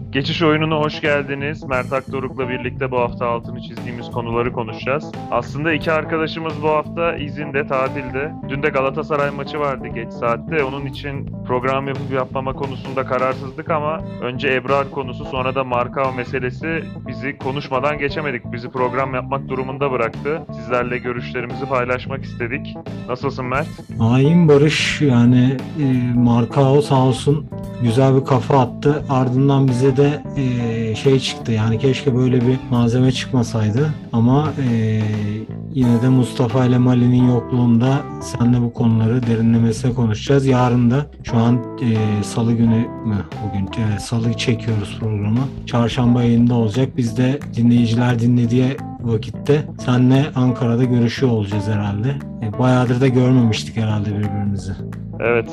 Geçiş oyununa hoş geldiniz. Mert Akdoruk'la birlikte bu hafta altını çizdiğimiz konuları konuşacağız. Aslında iki arkadaşımız bu hafta izinde, tatilde. Dün de Galatasaray maçı vardı geç saatte. Onun için program yapıp yapmama konusunda kararsızdık ama önce Ebrar konusu sonra da Markao meselesi bizi konuşmadan geçemedik. Bizi program yapmak durumunda bıraktı. Sizlerle görüşlerimizi paylaşmak istedik. Nasılsın Mert? Hain Barış yani Markao sağ olsun güzel bir kafa attı. Ardından bize de şey çıktı yani keşke böyle bir malzeme çıkmasaydı. Ama yine de Mustafa ile Mali'nin yokluğunda seninle bu konuları derinlemesine konuşacağız. Yarın da şu an Salı günü mü bugün? Salı çekiyoruz programı. Çarşamba yayında olacak. Biz de dinleyiciler dinlediği vakitte seninle Ankara'da görüşüyor olacağız herhalde. Bayağıdır da görmemiştik herhalde birbirimizi. Evet,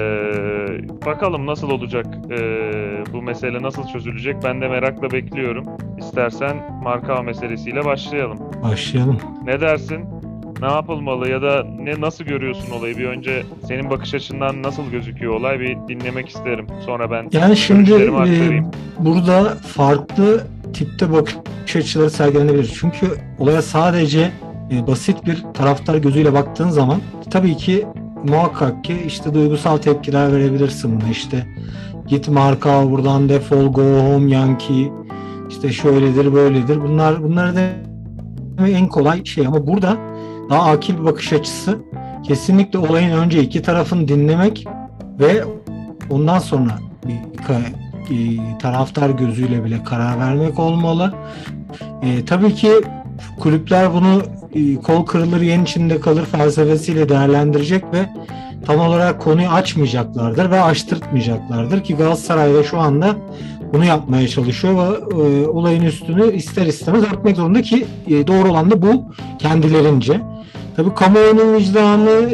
bakalım nasıl olacak, bu mesele nasıl çözülecek ben de merakla bekliyorum. İstersen Markao meselesiyle başlayalım. Başlayalım. Ne dersin? Ne yapılmalı ya da nasıl görüyorsun olayı? Bir önce senin bakış açından nasıl gözüküyor olay bir dinlemek isterim. Sonra ben yani şimdi görüşlerimi aktarayım. Burada farklı tipte bakış açıları sergilenebilir. Çünkü olaya sadece basit bir taraftar gözüyle baktığın zaman tabii ki muhakkak ki işte duygusal tepkiler verebilirsin buna. İşte git Markao buradan defol, go home Yankee, işte şöyledir böyledir. Bunları da en kolay şey ama burada daha akil bir bakış açısı kesinlikle olayın önce iki tarafını dinlemek ve ondan sonra bir taraftar gözüyle bile karar vermek olmalı. Tabii ki kulüpler bunu kol kırılır yen içinde kalır felsefesiyle değerlendirecek ve tam olarak konuyu açmayacaklardır ve açtırtmayacaklardır ki Galatasaray da şu anda bunu yapmaya çalışıyor ve olayın üstünü ister istemez örtmek zorunda ki doğru olan da bu kendilerince. Tabii kamuoyunun vicdanı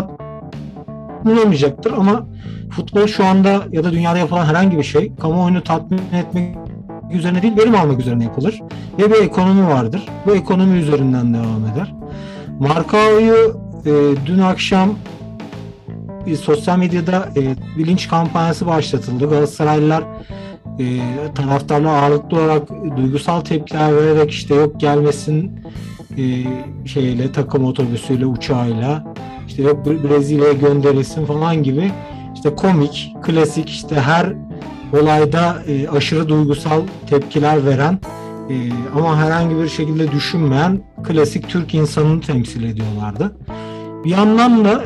tatmin olmayacaktır ama futbol şu anda ya da dünyada yapılan herhangi bir şey kamuoyunu tatmin etmek üzerine değil verim almak üzerine yapılır. Ve bir ekonomi vardır. Bu ekonomi üzerinden devam eder. Markao'yu dün akşam sosyal medyada bilinç kampanyası başlatıldı. Galatasaraylılar taraftarlar ağırlıklı olarak duygusal tepkiler vererek işte yok gelmesin takım otobüsüyle uçağıyla işte yok Brezilya'ya gönderilsin falan gibi işte komik, klasik işte her olayda aşırı duygusal tepkiler veren ama herhangi bir şekilde düşünmeyen klasik Türk insanını temsil ediyorlardı. Bir yandan da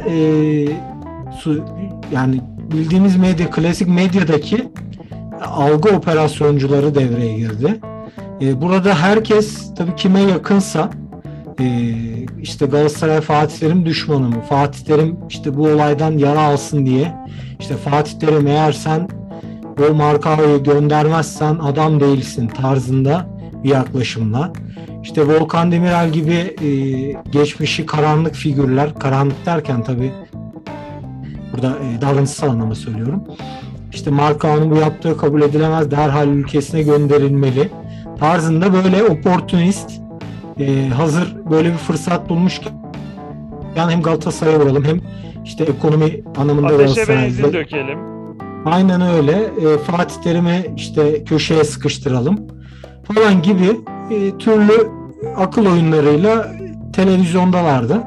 yani bildiğimiz klasik medyadaki algı operasyoncuları devreye girdi. Burada herkes tabii kime yakınsa işte Galatasaray Fatih Terim düşmanı mı? Fatih Terim işte bu olaydan yara alsın diye işte Fatih Terim eğer sen o Markao'yu göndermezsen adam değilsin tarzında bir yaklaşımla. İşte Volkan Demirel gibi geçmişi karanlık figürler, karanlık derken tabii burada davranışsal anlamda söylüyorum. İşte Markao'nun bu yaptığı kabul edilemez, derhal ülkesine gönderilmeli tarzında böyle oportunist hazır böyle bir fırsat bulmuşken yani hem Galatasaray'a vuralım hem işte ekonomi anlamında ateşe benzin dökelim. Aynen öyle. Fatih Terim'i işte köşeye sıkıştıralım falan gibi türlü akıl oyunlarıyla televizyondalardı.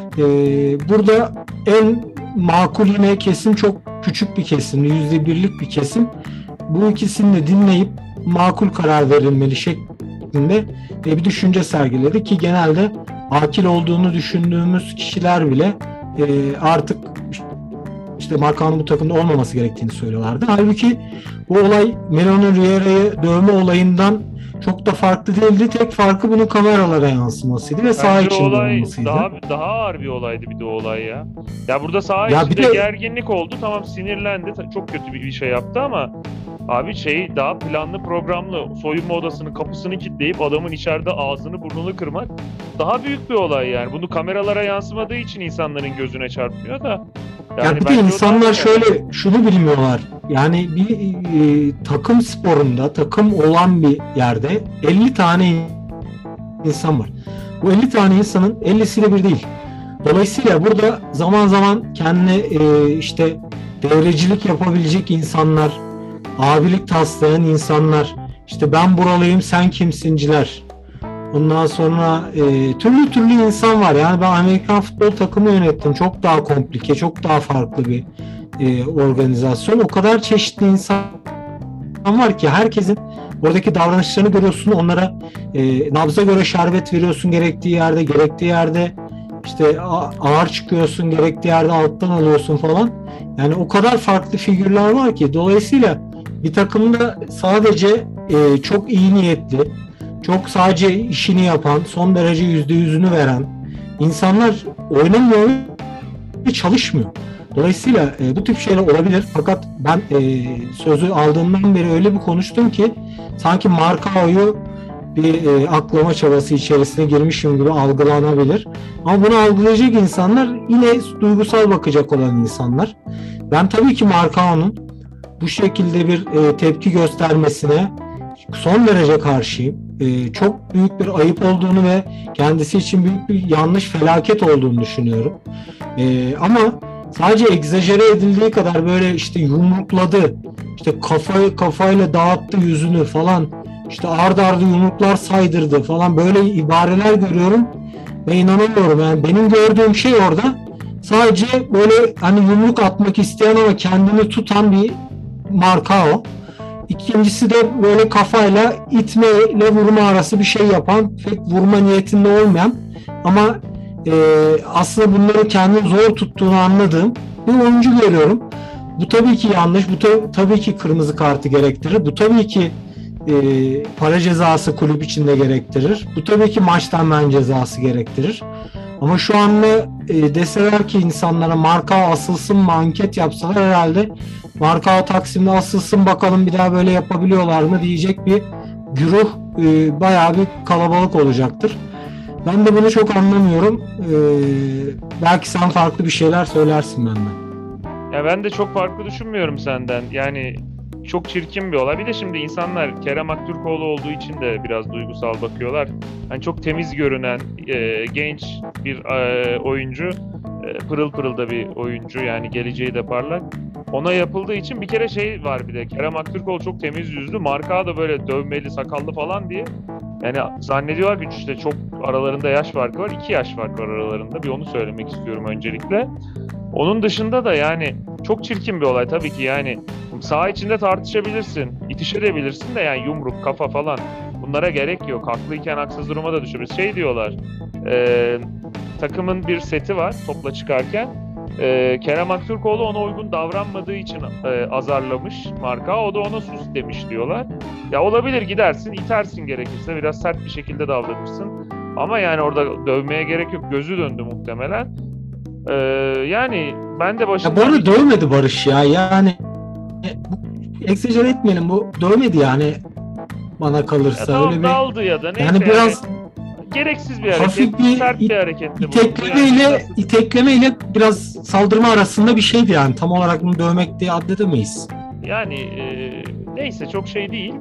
Burada en makul yine kesim çok küçük bir kesim, %1'lik bir kesim. Bu ikisini de dinleyip makul karar verilmeli şeklinde bir düşünce sergiledi ki genelde akil olduğunu düşündüğümüz kişiler bile artık işte Markao'nun bu takımda olmaması gerektiğini söylüyorlardı. Halbuki bu olay Meloni Riera'yı dövme olayından çok da farklı değildi. Tek farkı bunun kameralara yansımasıydı ve saha içinde olmasıydı. Daha ağır bir olaydı bir de o olay ya. Ya burada saha içinde gerginlik oldu. Tamam sinirlendi. Çok kötü bir şey yaptı ama abi daha planlı programlı soyunma odasının kapısını kilitleyip adamın içeride ağzını burnunu kırmak daha büyük bir olay yani. Bunu kameralara yansımadığı için insanların gözüne çarpmıyor da. Yani bir de insanlar şöyle şunu bilmiyorlar. Yani bir takım sporunda, takım olan bir yerde 50 tane insan var. Bu 50 tane insanın 50'siyle bir değil. Dolayısıyla burada zaman zaman kendine işte devrecilik yapabilecek insanlar abilik taslayan insanlar, işte ben buralıyım sen kimsinciler. Ondan sonra türlü türlü insan var. Yani ben Amerikan futbol takımı yönettim. Çok daha komplike, çok daha farklı bir organizasyon. O kadar çeşitli insan var ki herkesin oradaki davranışlarını görüyorsun. Onlara nabza göre şerbet veriyorsun gerektiği yerde işte ağır çıkıyorsun, gerektiği yerde alttan alıyorsun falan. Yani o kadar farklı figürler var ki dolayısıyla bir takımda sadece çok iyi niyetli, çok sadece işini yapan, son derece %100'ünü veren insanlar oynamıyor ve çalışmıyor. Dolayısıyla bu tip şeyler olabilir. Fakat ben sözü aldığımdan beri öyle bir konuştum ki sanki Marcao'yu bir aklama çabası içerisine girmişim gibi algılanabilir. Ama bunu algılayacak insanlar yine duygusal bakacak olan insanlar. Ben tabii ki Marcao'nun bu şekilde bir tepki göstermesine son derece karşıyım. Çok büyük bir ayıp olduğunu ve kendisi için büyük bir yanlış, felaket olduğunu düşünüyorum. Ama sadece egzajere edildiği kadar böyle işte yumrukladı, işte kafayla dağıttı yüzünü falan, işte ardı ardı yumruklar saydırdı falan, böyle ibareler görüyorum ve inanamıyorum. Yani benim gördüğüm şey orada sadece böyle hani yumruk atmak isteyen ama kendini tutan bir Marcao. İkincisi de böyle kafayla itmeyle vurma arası bir şey yapan, pek vurma niyetinde olmayan ama aslında bunları kendini zor tuttuğunu anladığım bir oyuncu görüyorum. Bu tabii ki yanlış, bu tabii ki kırmızı kartı gerektirir, bu tabii ki para cezası kulüp içinde gerektirir, bu tabii ki maçtan men cezası gerektirir. Ama şu anda deseler ki insanlara Marcao asılsın mı, anket yapsalar herhalde Marcao Taksim'de asılsın bakalım bir daha böyle yapabiliyorlar mı diyecek bir güruh, bayağı bir kalabalık olacaktır. Ben de bunu çok anlamıyorum. Belki sen farklı bir şeyler söylersin benden. Ya ben de çok farklı düşünmüyorum senden. Yani çok çirkin bir olay. Bir de şimdi insanlar Kerem Aktürkoğlu olduğu için de biraz duygusal bakıyorlar. Hani çok temiz görünen, genç bir oyuncu, pırıl pırıl da bir oyuncu, yani geleceği de parlak. Ona yapıldığı için bir kere şey var, bir de Kerem Aktürkoğlu çok temiz yüzlü, Marka da böyle dövmeli, sakallı falan diye. Yani zannediyorlar ki işte çok aralarında yaş farkı var. 2 yaş farkı var aralarında. Bir onu söylemek istiyorum öncelikle. Onun dışında da yani çok çirkin bir olay tabii ki. Yani saha içinde tartışabilirsin, itişebilirsin de yani yumruk, kafa falan bunlara gerek yok. Haklıyken haksız duruma da düşürürüz. Şey diyorlar, takımın bir seti var topla çıkarken. Kerem Aktürkoğlu ona uygun davranmadığı için azarlamış Marka. O da ona sus demiş diyorlar. Ya olabilir, gidersin, itersin gerekirse. Biraz sert bir şekilde davranırsın. Ama yani orada dövmeye gerek yok. Gözü döndü muhtemelen. Yani ben de başında... Ya bu arada dövmedi Barış ya. Yani egzajere etmeyelim, bu dövmedi yani bana kalırsa. Ya tamam, öyle bir daldı ya da neyse. yani biraz gereksiz bir hareket, hafif bir sert bir hareketti bu. iteklemeyle biraz saldırma arasında bir şeydi yani. Tam olarak bunu dövmek diye addedemeyiz. Yani neyse, çok şey değil.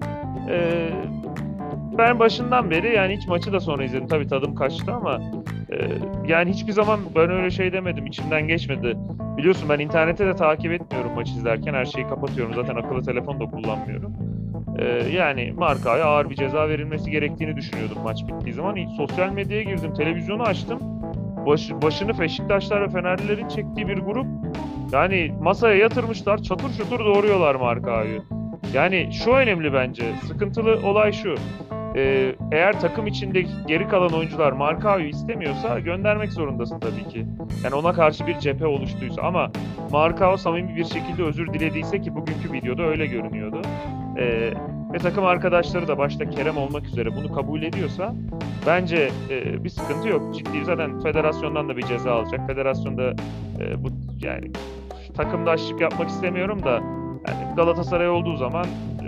Ben başından beri yani hiç maçı da sonra izledim. Tabii tadım kaçtı ama yani hiçbir zaman ben öyle şey demedim. İçimden geçmedi. Biliyorsun ben internete de takip etmiyorum maç izlerken. Her şeyi kapatıyorum. Zaten akıllı telefon da kullanmıyorum. Yani Marka'ya ağır bir ceza verilmesi gerektiğini düşünüyordum maç bittiği zaman. İlk sosyal medyaya girdim. Televizyonu açtım. Başını Beşiktaşlar ve Fenerlilerin çektiği bir grup. Yani masaya yatırmışlar. Çatır çutur doğruyorlar Marka'yı. Yani şu önemli bence. Sıkıntılı olay şu. Eğer takım içinde geri kalan oyuncular Markao'yu istemiyorsa göndermek zorundasın tabii ki. Yani ona karşı bir cephe oluştuysa, ama Markao samimi bir şekilde özür dilediyse, ki bugünkü videoda öyle görünüyordu. Ve takım arkadaşları da başta Kerem olmak üzere bunu kabul ediyorsa bence bir sıkıntı yok. Ciddi, zaten federasyondan da bir ceza alacak. Federasyonda bu yani takımdaşlık yapmak istemiyorum da yani Galatasaray olduğu zaman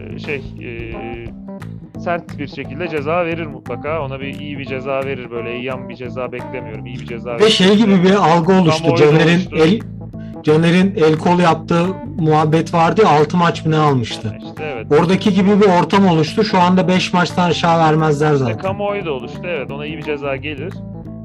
sert bir şekilde ceza verir mutlaka. Ona iyi bir ceza verir. Böyle eyyam bir ceza beklemiyorum. İyi bir ceza verir. Ve şey gibi bir algı oluştu. Caner'in el kol yaptığı muhabbet vardı ya, 6 maç mı ne almıştı. İşte evet. Oradaki gibi bir ortam oluştu. Şu anda 5 maçtan aşağı vermezler zaten. Kamuoyu da oluştu. Evet, ona iyi bir ceza gelir.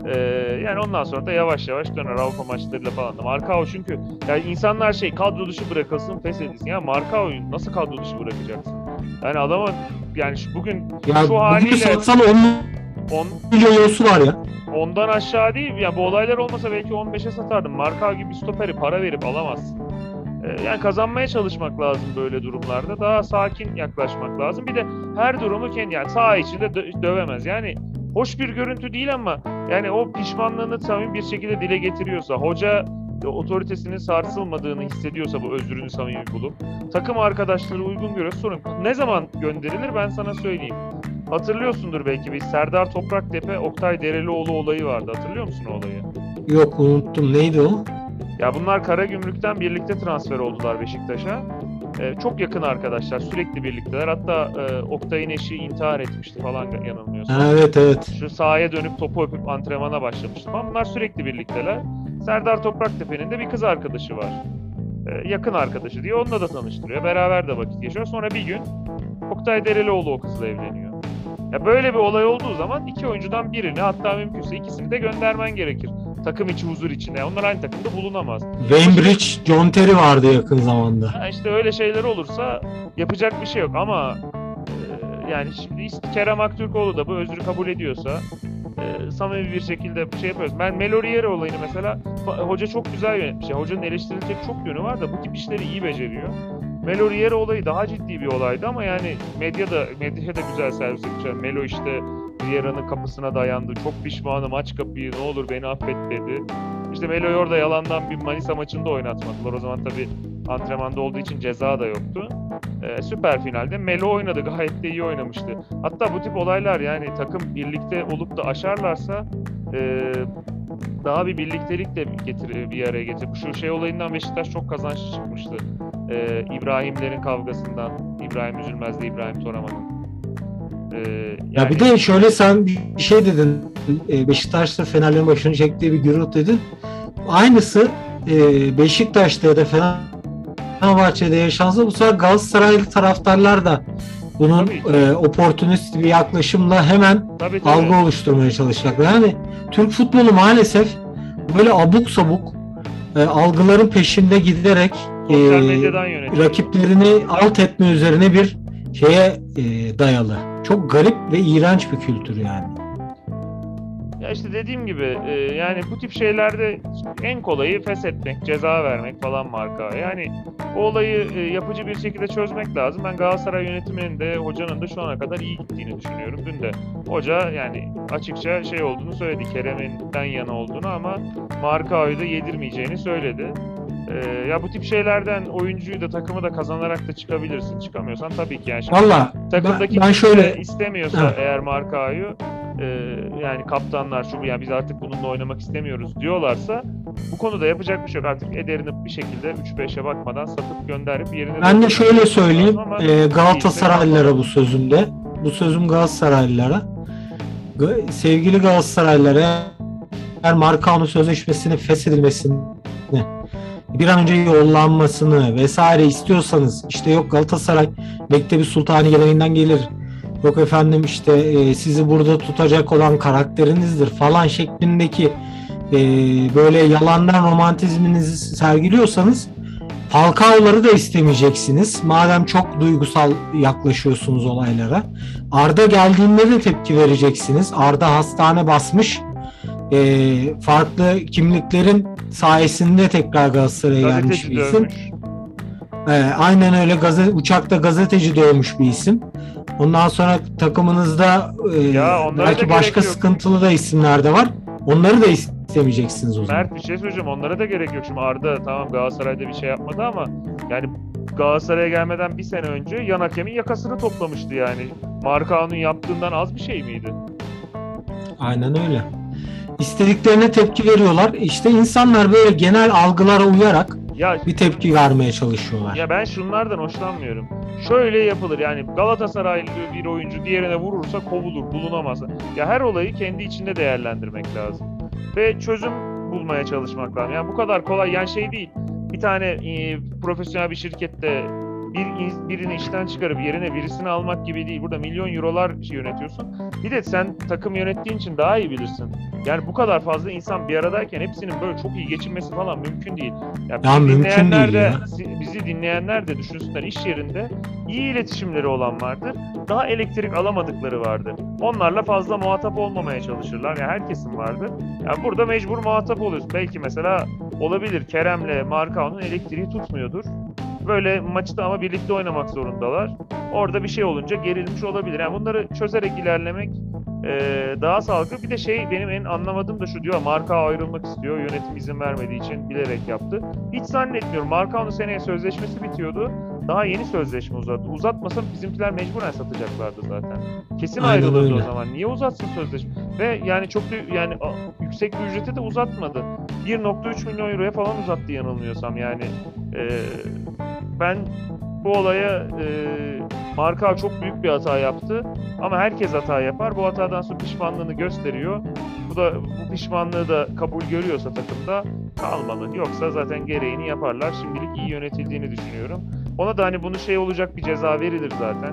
Yani ondan sonra da yavaş yavaş döner Avrupa maçlarıyla falan da. Marcao çünkü yani insanlar kadro dışı bırakılsın, feshedilsin. Ya Marcao'yu nasıl kadro dışı bırakacaksın? Yani adamın yani bugün Ya şu bugün haliyle satsan 10 on, milyon eurosu var ya. ondan aşağı değil. Ya bu olaylar olmasa belki 15'e satardım. Marcao gibi bir stoperi para verip alamazsın. Yani kazanmaya çalışmak lazım böyle durumlarda. Daha sakin yaklaşmak lazım. Bir de her durumu kendi yani saha içinde dövemez. Yani hoş bir görüntü değil ama yani o pişmanlığını samimi bir şekilde dile getiriyorsa, hoca otoritesinin sarsılmadığını hissediyorsa bu özrünü samimi bulup takım arkadaşları uygun görüyorsa sorun. Ne zaman gönderilir ben sana söyleyeyim. Hatırlıyorsundur belki bir Serdar Topraktepe, Oktay Derelioğlu olayı vardı. Hatırlıyor musun o olayı? Yok, unuttum. Neydi o? Ya bunlar Karagümrük'ten birlikte transfer oldular Beşiktaş'a. Çok yakın arkadaşlar, sürekli birlikteler. Hatta Oktay'ın eşi intihar etmişti falan yanılmıyorsam. Evet, evet. Şu sahaya dönüp topu öpüp antrenmana başlamıştı falan. Bunlar sürekli birlikteler. Serdar Topraktepe'nin de bir kız arkadaşı var. Yakın arkadaşı diye onunla da tanıştırıyor. Beraber de vakit geçiyor. Sonra bir gün Oktay Derelioğlu o kızla evleniyor. Ya böyle bir olay olduğu zaman iki oyuncudan birini hatta mümkünse ikisini de göndermen gerekir. Takım içi huzur içinde. Yani onlar aynı takımda bulunamaz. Wayne Bridge, John Terry vardı yakın zamanda. İşte öyle şeyler olursa yapacak bir şey yok ama yani şimdi işte Kerem Aktürkoğlu da bu özrü kabul ediyorsa samimi bir şekilde şey yapıyoruz. Ben Melorieri olayını mesela hoca çok güzel yönetmiş. Yani hocanın eleştirilecek çok yönü var da bu tip işleri iyi beceriyor. Melorieri olayı daha ciddi bir olaydı ama yani medyaya da güzel servis etmiş. Yani Melo işte Vieira'nın kapısına dayandı. Çok pişmanım, aç kapıyı, ne olur beni affet dedi. İşte Melo'yu orada yalandan bir Manisa maçında oynatmadılar. O zaman tabii antrenmanda olduğu için ceza da yoktu. Süper finalde Melo oynadı. Gayet de iyi oynamıştı. Hatta bu tip olaylar yani takım birlikte olup da aşarlarsa daha bir birliktelik de bir araya getirir. Şu şey olayından Beşiktaş çok kazançlı çıkmıştı. İbrahimlerin kavgasından. İbrahim Üzülmez'le İbrahim Toraman'ın. Ya bir de şöyle sen bir şey dedin. Beşiktaş'ta Fenerlerin başını çektiği bir güruh dedin. Aynısı Beşiktaş'ta ya da Fenerbahçe'de yaşansa bu sefer Galatasaraylı taraftarlar da bunun oportunist bir yaklaşımla hemen tabii. algı oluşturmaya çalışacaklar. Yani Türk futbolu maalesef böyle abuk sabuk algıların peşinde giderek rakiplerini alt etme üzerine bir şeye dayalı. Çok garip ve iğrenç bir kültür yani. Ya işte dediğim gibi yani bu tip şeylerde en kolayı feshetmek, ceza vermek falan marka. Yani o olayı yapıcı bir şekilde çözmek lazım. Ben Galatasaray yönetiminin de hocanın da şu ana kadar iyi gittiğini düşünüyorum. Dün de hoca yani açıkça şey olduğunu söyledi. Kerem'inden yana olduğunu ama Markao'yu da yedirmeyeceğini söyledi. Ya bu tip şeylerden oyuncuyu da takımı da kazanarak da çıkabilirsin. Çıkamıyorsan tabii ki yani. Valla takımdaki ben şöyle istemiyorsa eğer Markao'yu yani kaptanlar yani biz artık bununla oynamak istemiyoruz diyorlarsa bu konuda yapacak bir şey yok. Artık ederini bir şekilde 3-5'e bakmadan satıp gönderip yerine... Ben de şöyle söyleyeyim Galatasaraylılara bu sözümde. Bu sözüm Galatasaraylılara. Sevgili Galatasaraylılara eğer Markao'nun sözleşmesini feshedilmesini bir an önce yollanmasını vesaire istiyorsanız işte yok Galatasaray Mektebi Sultani geleneğinden gelir. Yok efendim işte sizi burada tutacak olan karakterinizdir falan şeklindeki böyle yalandan romantizminizi sergiliyorsanız Falcao'ları da istemeyeceksiniz. Madem çok duygusal yaklaşıyorsunuz olaylara. Arda geldiğinde de tepki vereceksiniz. Arda hastane basmış. Farklı kimliklerin sayesinde tekrar Galatasaray'a gelmiş bir isim. Aynen öyle uçakta gazeteci dövmüş bir isim. Ondan sonra takımınızda belki başka sıkıntılı da isimler de var. Onları da istemeyeceksiniz o zaman. Mert bir şey söyleyeceğim. Onlara da gerek yok. Şimdi Arda tamam Galatasaray'da bir şey yapmadı ama yani Galatasaray'a gelmeden bir sene önce yan hakemin yakasını toplamıştı yani. Markao'nun yaptığından az bir şey miydi? Aynen öyle. İstediklerine tepki veriyorlar. İşte insanlar böyle genel algılara uyarak bir tepki vermeye çalışıyorlar. Ya ben şunlardan hoşlanmıyorum. Şöyle yapılır yani Galatasaraylı bir oyuncu diğerine vurursa kovulur, bulunamaz. Ya her olayı kendi içinde değerlendirmek lazım. Ve çözüm bulmaya çalışmak lazım. Yani bu kadar kolay yani şey değil. Bir tane profesyonel bir şirkette birini işten çıkarıp yerine birisini almak gibi değil. Burada milyon eurolar yönetiyorsun. Bir de sen takım yönettiğin için daha iyi bilirsin. Yani bu kadar fazla insan bir aradayken hepsinin böyle çok iyi geçinmesi falan mümkün değil. Ya bizi mümkün dinleyenler değil de, ya. bizi dinleyenler de düşünsünler, iş yerinde iyi iletişimleri olan vardır. Daha elektrik alamadıkları vardır. Onlarla fazla muhatap olmamaya çalışırlar. Yani herkesin vardır. Yani burada mecbur muhatap oluyorsun. Belki mesela olabilir Kerem'le Markao'nun elektriği tutmuyordur. Böyle maçta ama birlikte oynamak zorundalar. Orada bir şey olunca gerilmiş olabilir. Yani bunları çözerek ilerlemek daha sağlıklı. Bir de benim en anlamadığım da şu, diyor Markao ayrılmak istiyor. Yönetim izin vermediği için bilerek yaptı. Hiç zannetmiyorum. Markao'nun seneye sözleşmesi bitiyordu. Daha yeni sözleşme uzattı. Uzatmasa bizimkiler mecburen satacaklardı zaten. Kesin Aynen ayrılırdı öyle. o zaman. Niye uzatsın sözleşme? Ve yani çok da yüksek bir ücrete de uzatmadı. 1,3 milyon euroya falan uzattı yanılmıyorsam. Yani ben bu olaya Markao çok büyük bir hata yaptı. Ama herkes hata yapar. Bu hatadan sonra pişmanlığını gösteriyor. Bu pişmanlığı da kabul görüyorsa takımda kalmalı. Yoksa zaten gereğini yaparlar. Şimdilik iyi yönetildiğini düşünüyorum. Ona da hani bunu olacak bir ceza verilir zaten.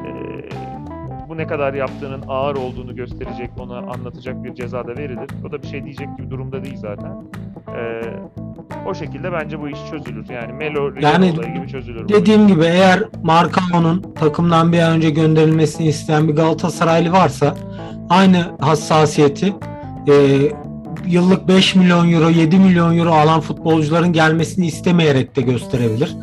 Bu ne kadar yaptığının ağır olduğunu gösterecek, ona anlatacak bir ceza da verilir. O da bir şey diyecek gibi durumda değil zaten. O şekilde bence bu iş çözülür. Yani Melo Yani olayı gibi çözülür. dediğim gibi eğer Markao'nun takımdan bir an önce gönderilmesini isteyen bir Galatasaraylı varsa aynı hassasiyeti yıllık 5 milyon euro, 7 milyon euro alan futbolcuların gelmesini istemeyerek de gösterebilir.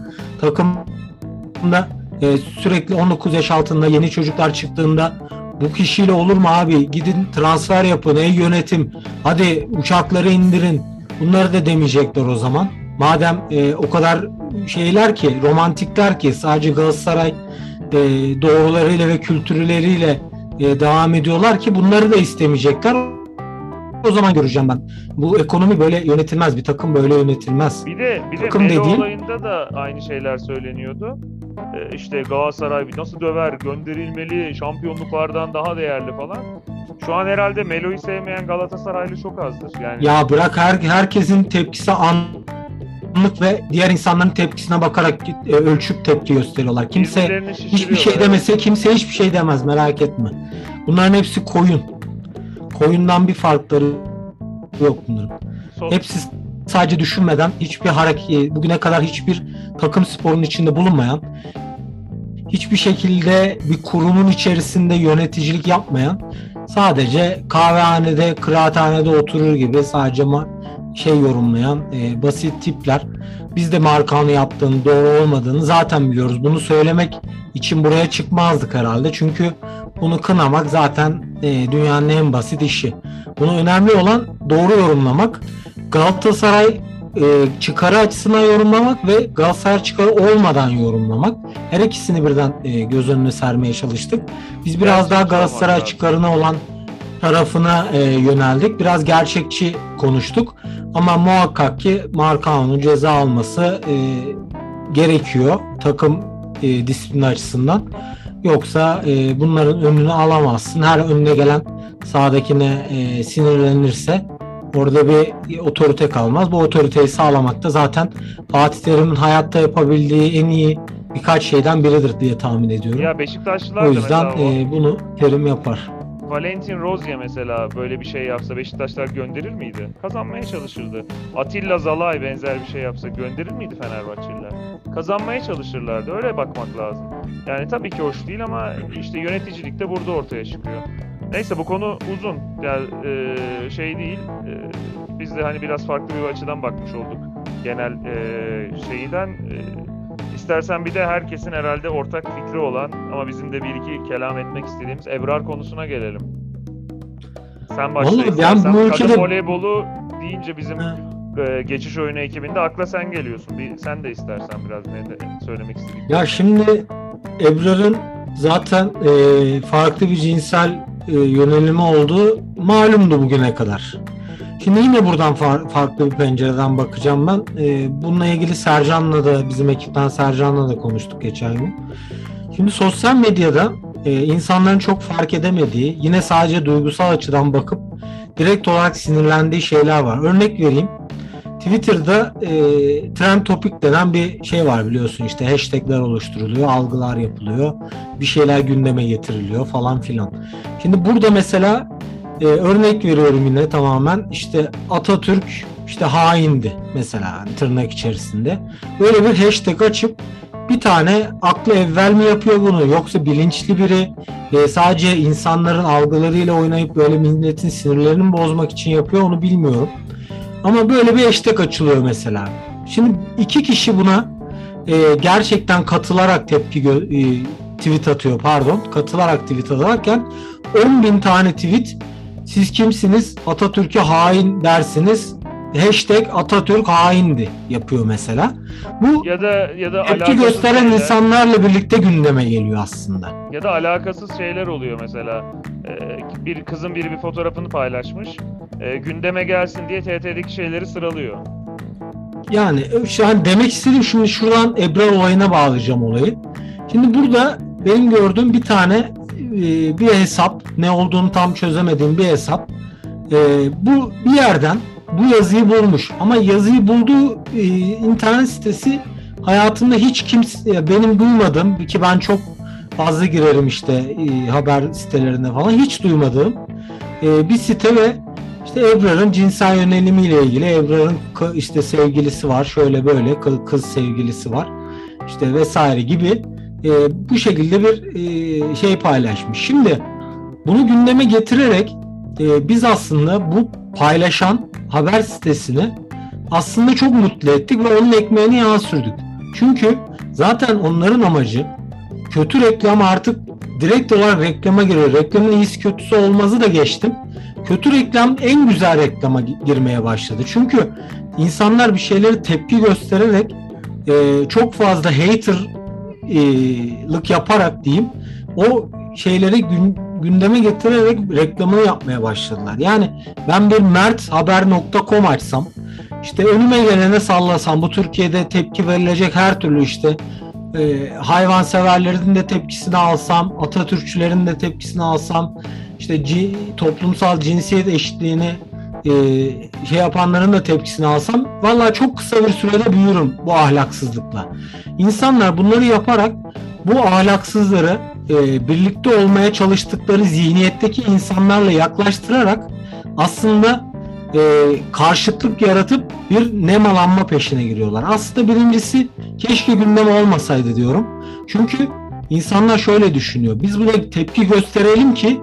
Takımda sürekli 19 yaş altında yeni çocuklar çıktığında bu kişiyle olur mu abi? Gidin transfer yapın ey yönetim. Hadi uçakları indirin. Bunları da demeyecekler o zaman. Madem o kadar şeyler ki, romantikler ki sadece Galatasaray doğrularıyla ve kültürleriyle devam ediyorlar ki bunları da istemeyecekler. O zaman göreceğim ben. Bu ekonomi böyle yönetilmez. Bir takım böyle yönetilmez. Bir de takım Melo dediğin... olayında da aynı şeyler söyleniyordu. İşte Galatasaray nasıl döver, gönderilmeli, şampiyonluklardan daha değerli falan. Şu an herhalde Melo'yu sevmeyen Galatasaraylı çok azdır. Yani Ya bırak herkesin tepkisi anlık ve diğer insanların tepkisine bakarak ölçüp tepki gösteriyorlar. Kimse hiçbir şey demese kimse hiçbir şey demez, merak etme. Bunların hepsi koyun. Koyundan bir farkları yok bunların. Hepsi sadece düşünmeden hiçbir hareket, bugüne kadar hiçbir takım sporunun içinde bulunmayan, hiçbir şekilde bir kurumun içerisinde yöneticilik yapmayan, sadece kahvehanede, kıraathanede oturur gibi sadece yorumlayan basit tipler. Biz de Markao'nun yaptığını, doğru olmadığını zaten biliyoruz. Bunu söylemek için buraya çıkmazdık herhalde. Çünkü bunu kınamak zaten dünyanın en basit işi. Bunu önemli olan doğru yorumlamak. Galatasaray çıkarı açısından yorumlamak ve Galatasaray çıkarı olmadan yorumlamak. Her ikisini birden göz önüne sermeye çalıştık. Biz biraz daha Galatasaray çıkarına olan tarafına yöneldik. Biraz gerçekçi konuştuk. Ama muhakkak ki Markao'nun ceza alması gerekiyor takım disiplini açısından. Yoksa bunların önünü alamazsın. Her önüne gelen sahadakine sinirlenirse orada bir otorite kalmaz. Bu otoriteyi sağlamak da zaten Fatih Terim'in hayatta yapabildiği en iyi birkaç şeyden biridir diye tahmin ediyorum. Ya Beşiktaşlılar o yüzden bunu Terim yapar. Valentin Rozya mesela böyle bir şey yapsa Beşiktaşlar gönderir miydi? Kazanmaya çalışırdı. Atilla Zalay benzer bir şey yapsa gönderir miydi Fenerbahçeliler? Kazanmaya çalışırlardı. Öyle bakmak lazım. Yani tabii ki hoş değil ama işte yöneticilik de burada ortaya çıkıyor. Neyse bu konu uzun. Yani değil. Biz de hani biraz farklı bir açıdan bakmış olduk. Genel şeyden. İstersen bir de herkesin herhalde ortak fikri olan ama bizim de bir iki kelam etmek istediğimiz Ebrar konusuna gelelim. Sen başla istersen. Kadın voleybolu deyince bizim geçiş oyunu ekibinde akla sen geliyorsun. Sen de istersen biraz ne söylemek istediğin. Ya şimdi Ebrar'ın zaten farklı bir cinsel yönelimi olduğu malumdu bugüne kadar. Şimdi yine buradan farklı bir pencereden bakacağım ben. Bununla ilgili Sercan'la da bizim ekipten Sercan'la da konuştuk geçen gün. Şimdi sosyal medyada insanların çok fark edemediği, yine sadece duygusal açıdan bakıp direkt olarak sinirlendiği şeyler var. Örnek vereyim. Twitter'da trend topic denen bir şey var biliyorsun, işte hashtagler oluşturuluyor, algılar yapılıyor, bir şeyler gündeme getiriliyor falan filan. Şimdi burada mesela Örnek veriyorum yine tamamen, işte Atatürk işte haindi mesela, hani tırnak içerisinde. Böyle bir hashtag açıp bir tane aklı evvel mi yapıyor bunu, yoksa bilinçli biri sadece insanların algılarıyla oynayıp böyle milletin sinirlerini mi bozmak için yapıyor, onu bilmiyorum. Ama böyle bir hashtag açılıyor mesela. Şimdi iki kişi buna gerçekten katılarak tweet atıyor, pardon. Katılarak tweet atarken 10.000 tane tweet, siz kimsiniz, Atatürk'e hain dersiniz, hashtag Atatürk haindi yapıyor mesela. Bu Ya da tepki alakasız gösteren şeyler, insanlarla birlikte gündeme geliyor aslında. ya da alakasız şeyler oluyor mesela. Bir kızın biri bir fotoğrafını paylaşmış. Gündeme gelsin diye TRT'deki şeyleri sıralıyor. Yani şu an demek istediğim, şimdi şuradan Ebrar olayına bağlayacağım olayı. Şimdi burada benim gördüğüm bir tane bir hesap, ne olduğunu tam çözemediğim bir hesap. Bu bir yerden bu yazıyı bulmuş, ama yazıyı bulduğu internet sitesi hayatımda hiç kimse, benim duymadığım, ki ben çok fazla girerim işte haber sitelerine falan, hiç duymadığım bir site ve işte Ebrar'ın cinsel yönelimiyle ilgili, Ebrar'ın işte sevgilisi var, şöyle böyle kız sevgilisi var işte vesaire gibi bu şekilde bir şey paylaşmış. Şimdi bunu gündeme getirerek biz aslında bu paylaşan haber sitesini aslında çok mutlu ettik ve onun ekmeğini yağa sürdük. Çünkü zaten onların amacı kötü reklam, artık direkt olarak reklama giriyor. Reklamın iyisi kötüsü olmazı da geçtim. Kötü reklam en güzel reklama girmeye başladı. Çünkü insanlar bir şeyleri tepki göstererek çok fazla haterlık yaparak diyeyim, o şeyleri gündeme getirerek reklamını yapmaya başladılar. Yani ben bir merthaber.com açsam, işte önüme gelene sallasam, bu Türkiye'de tepki verilecek her türlü işte hayvanseverlerin de tepkisini alsam, Atatürkçülerin de tepkisini alsam, işte toplumsal cinsiyet eşitliğini şey yapanların da tepkisini alsam, vallahi çok kısa bir sürede büyürüm bu ahlaksızlıkla. İnsanlar bunları yaparak bu ahlaksızları birlikte olmaya çalıştıkları zihniyetteki insanlarla yaklaştırarak aslında karşıtlık yaratıp bir nemalanma peşine giriyorlar. Aslında birincisi, keşke gündem olmasaydı diyorum. Çünkü insanlar şöyle düşünüyor: biz buna tepki gösterelim ki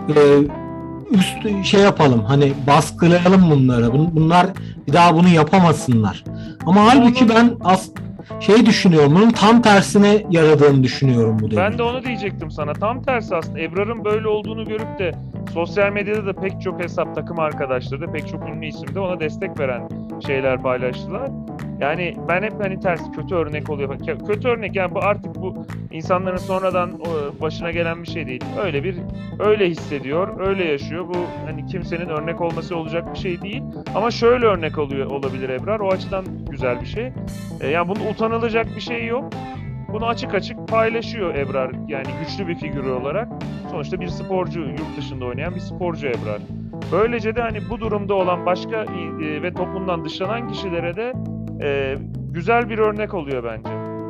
üst şey yapalım, hani baskılayalım bunları. Bunlar bir daha bunu yapamasınlar. Ama halbuki ben şey düşünüyorum, bunun tam tersine yaradığını düşünüyorum bu Ben de onu diyecektim sana. Tam tersi aslında. Ebrar'ın böyle olduğunu görüp de sosyal medyada da pek çok hesap, takım arkadaşları da, pek çok ünlü isim de ona destek veren şeyler paylaştılar. Yani ben hep hani tersi, kötü örnek oluyor. Kötü örnek, yani bu artık bu insanların sonradan başına gelen bir şey değil. Öyle hissediyor, öyle yaşıyor. Bu hani kimsenin örnek olması olacak bir şey değil. Ama şöyle örnek olabilir Ebrar. O açıdan güzel bir şey. Yani bunun utanılacak bir şey yok. Bunu açık açık paylaşıyor Ebrar. Yani güçlü bir figür olarak. Sonuçta bir sporcu, yurt dışında oynayan bir sporcu Ebrar. Böylece de hani bu durumda olan başka ve toplumdan dışlanan kişilere de güzel bir örnek oluyor bence.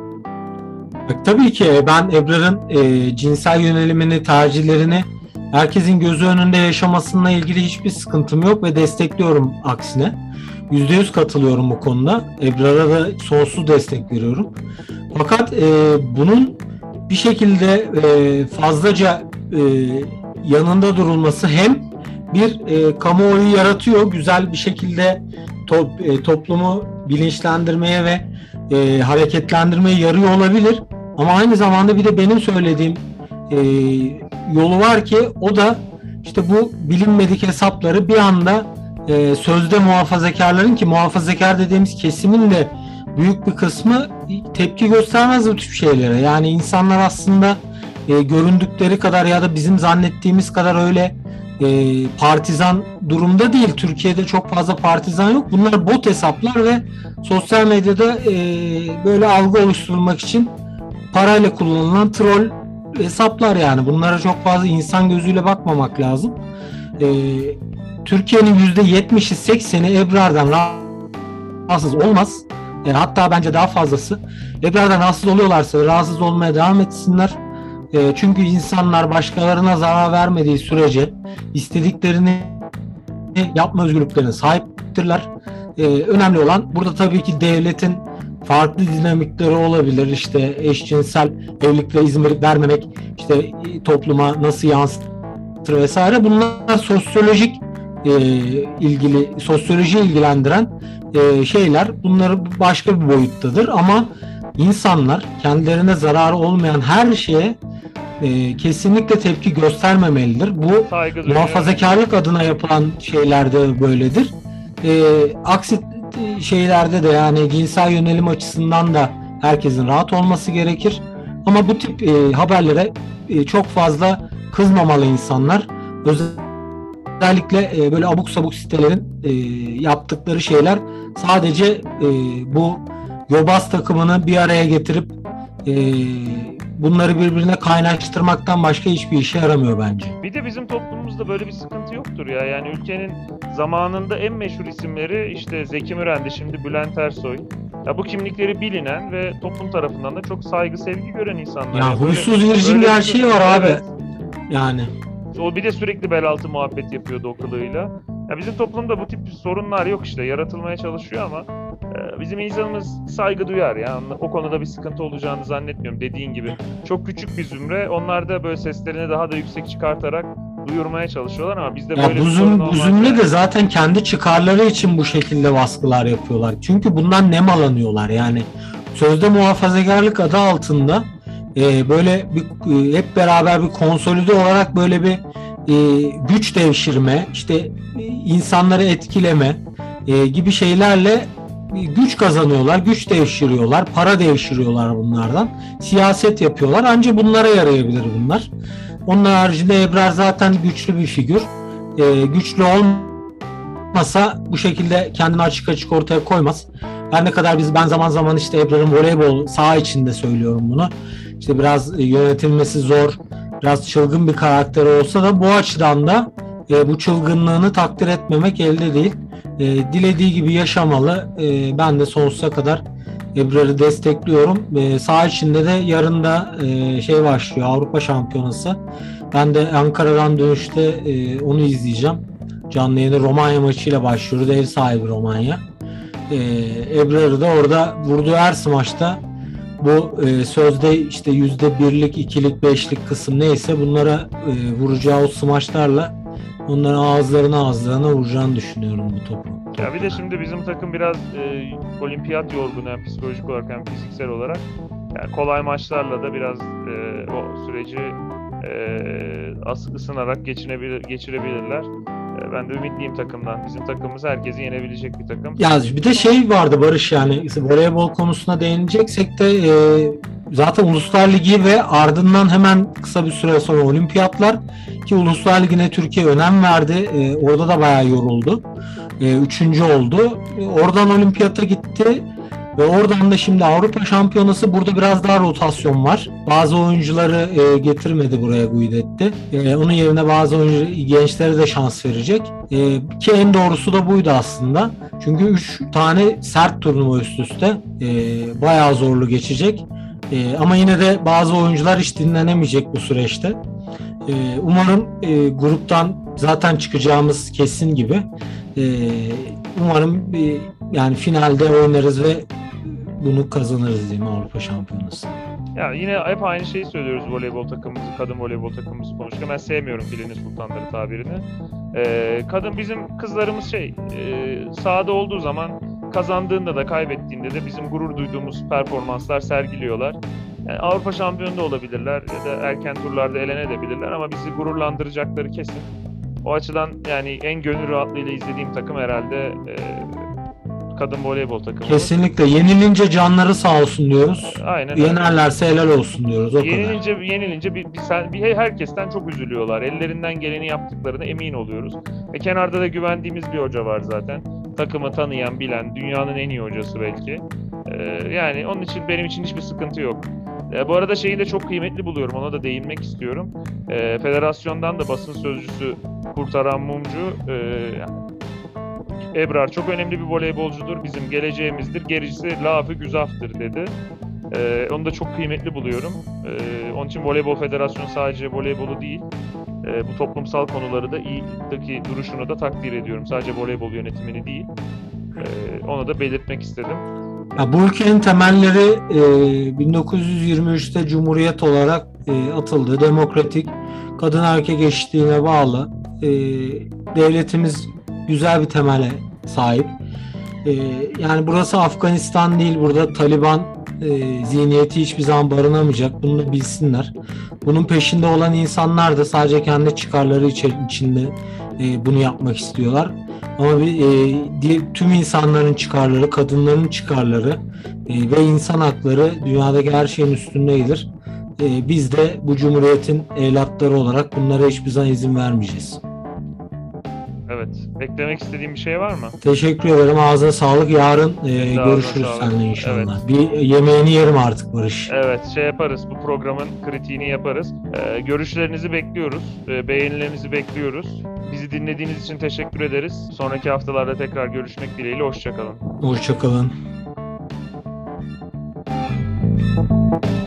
Tabii ki ben Ebrar'ın cinsel yönelimini, tercihlerini herkesin gözü önünde yaşamasıyla ilgili hiçbir sıkıntım yok ve destekliyorum aksine. %100 katılıyorum bu konuda. Ebrar'a da sonsuz destek veriyorum. Fakat bunun bir şekilde fazlaca yanında durulması hem bir kamuoyu yaratıyor, güzel bir şekilde toplumu bilinçlendirmeye ve hareketlendirmeye yarıyor olabilir. Ama aynı zamanda bir de benim söylediğim yolu var ki, o da işte bu bilinmedik hesapları bir anda sözde muhafazakarların, ki muhafazakar dediğimiz kesimin de büyük bir kısmı tepki göstermez bu tip şeylere. Yani insanlar aslında göründükleri kadar ya da bizim zannettiğimiz kadar öyle partizan durumda değil. Türkiye'de çok fazla partizan yok. Bunlar bot hesaplar ve sosyal medyada böyle algı oluşturulmak için parayla kullanılan troll hesaplar yani. Bunlara çok fazla insan gözüyle bakmamak lazım. Türkiye'nin %70'i 80'i Ebrar'dan rahatsız olmaz. Hatta bence daha fazlası. Ebrar'dan rahatsız oluyorlarsa rahatsız olmaya devam etsinler. Çünkü insanlar başkalarına zarar vermediği sürece istediklerini yapma özgürlüklerine sahiptirler. Önemli olan burada tabii ki devletin farklı dinamikleri olabilir. İşte eşcinsel evliliklere izin vermemek, işte topluma nasıl yansıtır vesaire. Bunlar sosyolojiyi ilgilendiren şeyler. Bunlar başka bir boyuttadır ama insanlar kendilerine zararı olmayan her şeye kesinlikle tepki göstermemelidir. Bu muhafazakarlık adına yapılan şeylerde böyledir. Aksi şeylerde de yani cinsel yönelim açısından da herkesin rahat olması gerekir. Ama bu tip haberlere çok fazla kızmamalı insanlar. Özellikle böyle abuk sabuk sitelerin yaptıkları şeyler sadece bu yobaz takımını bir araya getirip bunları birbirine kaynaştırmaktan başka hiçbir işe yaramıyor bence. Bir de bizim toplumumuzda böyle bir sıkıntı yoktur ya. Yani ülkenin zamanında en meşhur isimleri işte Zeki Müren'di, şimdi Bülent Ersoy. Ya bu kimlikleri bilinen ve toplum tarafından da çok saygı, sevgi gören insanlar. Ya huysuz virjin gerçeği var abi. Evet. Yani. O bir de sürekli bel altı muhabbet yapıyordu o kılığıyla. Ya bizim toplumda bu tip sorunlar yok işte. Yaratılmaya çalışıyor ama bizim insanımız saygı duyar ya. O konuda bir sıkıntı olacağını zannetmiyorum. Dediğin gibi çok küçük bir zümre. Onlar da böyle seslerini daha da yüksek çıkartarak duyurmaya çalışıyorlar ama bizde böyle bir sorun olmaz. Bu zümre de zaten kendi çıkarları için bu şekilde baskılar yapıyorlar. Çünkü bundan nemalanıyorlar. Yani sözde muhafazakarlık adı altında böyle bir hep beraber bir konsolide olarak böyle bir güç devşirme, işte insanları etkileme gibi şeylerle güç kazanıyorlar, güç devşiriyorlar, para devşiriyorlar bunlardan. Siyaset yapıyorlar. Ancak bunlara yarayabilir bunlar. Onun haricinde Ebrar zaten güçlü bir figür. Güçlü olmasa bu şekilde kendini açık açık ortaya koymaz. Her ne kadar ben zaman zaman işte Ebrar'ın voleybol saha içinde söylüyorum bunu. İşte biraz yönetilmesi zor, biraz çılgın bir karakter olsa da bu açıdan da bu çılgınlığını takdir etmemek elde değil. Dilediği gibi yaşamalı. Ben de sonsuza kadar Ebrar'ı destekliyorum. Saha içinde de yarın da şey başlıyor, Avrupa Şampiyonası. Ben de Ankara'dan dönüşte onu izleyeceğim. Canlı yayını Romanya maçıyla başlıyoruz. Ev sahibi Romanya. Ebrar'ı da orada vurduğu her smaçta bu sözde işte %1'lik, 2'lik, 5'lik kısım neyse bunlara vuracağı o smaçlarla onların ağızlarına vuracağını düşünüyorum bu topu. Ya bir de şimdi bizim takım biraz olimpiyat yorgunu hem psikolojik olarak hem fiziksel olarak. Yani kolay maçlarla da biraz o süreci ısınarak geçirebilirler. Ben de ümitliyim takımdan. Bizim takımımız herkesi yenebilecek bir takım. Ya bir de şey vardı Barış, yani voleybol konusuna değineceksek de zaten Uluslar Ligi ve ardından hemen kısa bir süre sonra olimpiyatlar, ki Uluslar Ligi'ne Türkiye önem verdi. Orada da bayağı yoruldu. Üçüncü oldu. Oradan olimpiyata gitti. Ve oradan da şimdi Avrupa Şampiyonası, burada biraz daha rotasyon var. Bazı oyuncuları getirmedi buraya, Guidetti. Onun yerine bazı gençlere de şans verecek. Ki en doğrusu da buydu aslında. Çünkü 3 tane sert turnuva üst üste. Bayağı zorlu geçecek. Ama yine de bazı oyuncular hiç dinlenemeyecek bu süreçte. Umarım gruptan zaten çıkacağımız kesin gibi. Umarım yani finalde oynarız ve bunu kazanırız diyeyim, Avrupa Şampiyonası. Ya yine hep aynı şeyi söylüyoruz voleybol takımımızı, kadın voleybol takımımızı konuşurken. Ben sevmiyorum Filini Sultanları tabirini. Kadın bizim kızlarımız sahada olduğu zaman kazandığında da kaybettiğinde de bizim gurur duyduğumuz performanslar sergiliyorlar. Yani Avrupa şampiyonu da olabilirler ya da erken turlarda elenebilirler ama bizi gururlandıracakları kesin. O açıdan yani en gönül rahatlığıyla izlediğim takım herhalde kadın voleybol takımı. Kesinlikle. Yenilince canları sağ olsun diyoruz. Aynen. Yenerlerse helal olsun diyoruz. Yenilince herkesten çok üzülüyorlar. Ellerinden geleni yaptıklarına emin oluyoruz. Ve kenarda da güvendiğimiz bir hoca var zaten. Takımı tanıyan, bilen, dünyanın en iyi hocası belki. Yani onun için benim için hiçbir sıkıntı yok. Bu arada şeyi de çok kıymetli buluyorum. Ona da değinmek istiyorum. Federasyondan da basın sözcüsü Kurtaran Mumcu, Ebrar çok önemli bir voleybolcudur. Bizim geleceğimizdir. Gerisi lafı güzaftır dedi. Onu da çok kıymetli buluyorum. Onun için Voleybol Federasyonu sadece voleybolu değil, bu toplumsal konuları da iyideki duruşunu da takdir ediyorum. Sadece voleybol yönetimini değil. Onu da belirtmek istedim. Ya bu ülkenin temelleri 1923'te Cumhuriyet olarak atıldı. Demokratik, kadın erkek eşitliğine bağlı. Devletimiz güzel bir temele sahip. Yani burası Afganistan değil, burada Taliban zihniyeti hiçbir zaman barınamayacak. Bunu da bilsinler. Bunun peşinde olan insanlar da sadece kendi çıkarları içinde bunu yapmak istiyorlar. Ama tüm insanların çıkarları, kadınların çıkarları ve insan hakları dünyadaki her şeyin üstündedir. Biz de bu cumhuriyetin evlatları olarak bunlara hiçbir zaman izin vermeyeceğiz. Evet. Eklemek istediğim bir şey var mı? Teşekkür ederim. Ağzına sağlık. Yarın görüşürüz sağlık. seninle inşallah. Evet. Bir yemeğini yerim artık Barış. Evet, yaparız. Bu programın kritiğini yaparız. Görüşlerinizi bekliyoruz. Beğenilerinizi bekliyoruz. Bizi dinlediğiniz için teşekkür ederiz. Sonraki haftalarda tekrar görüşmek dileğiyle. Hoşça kalın. Hoşça kalın.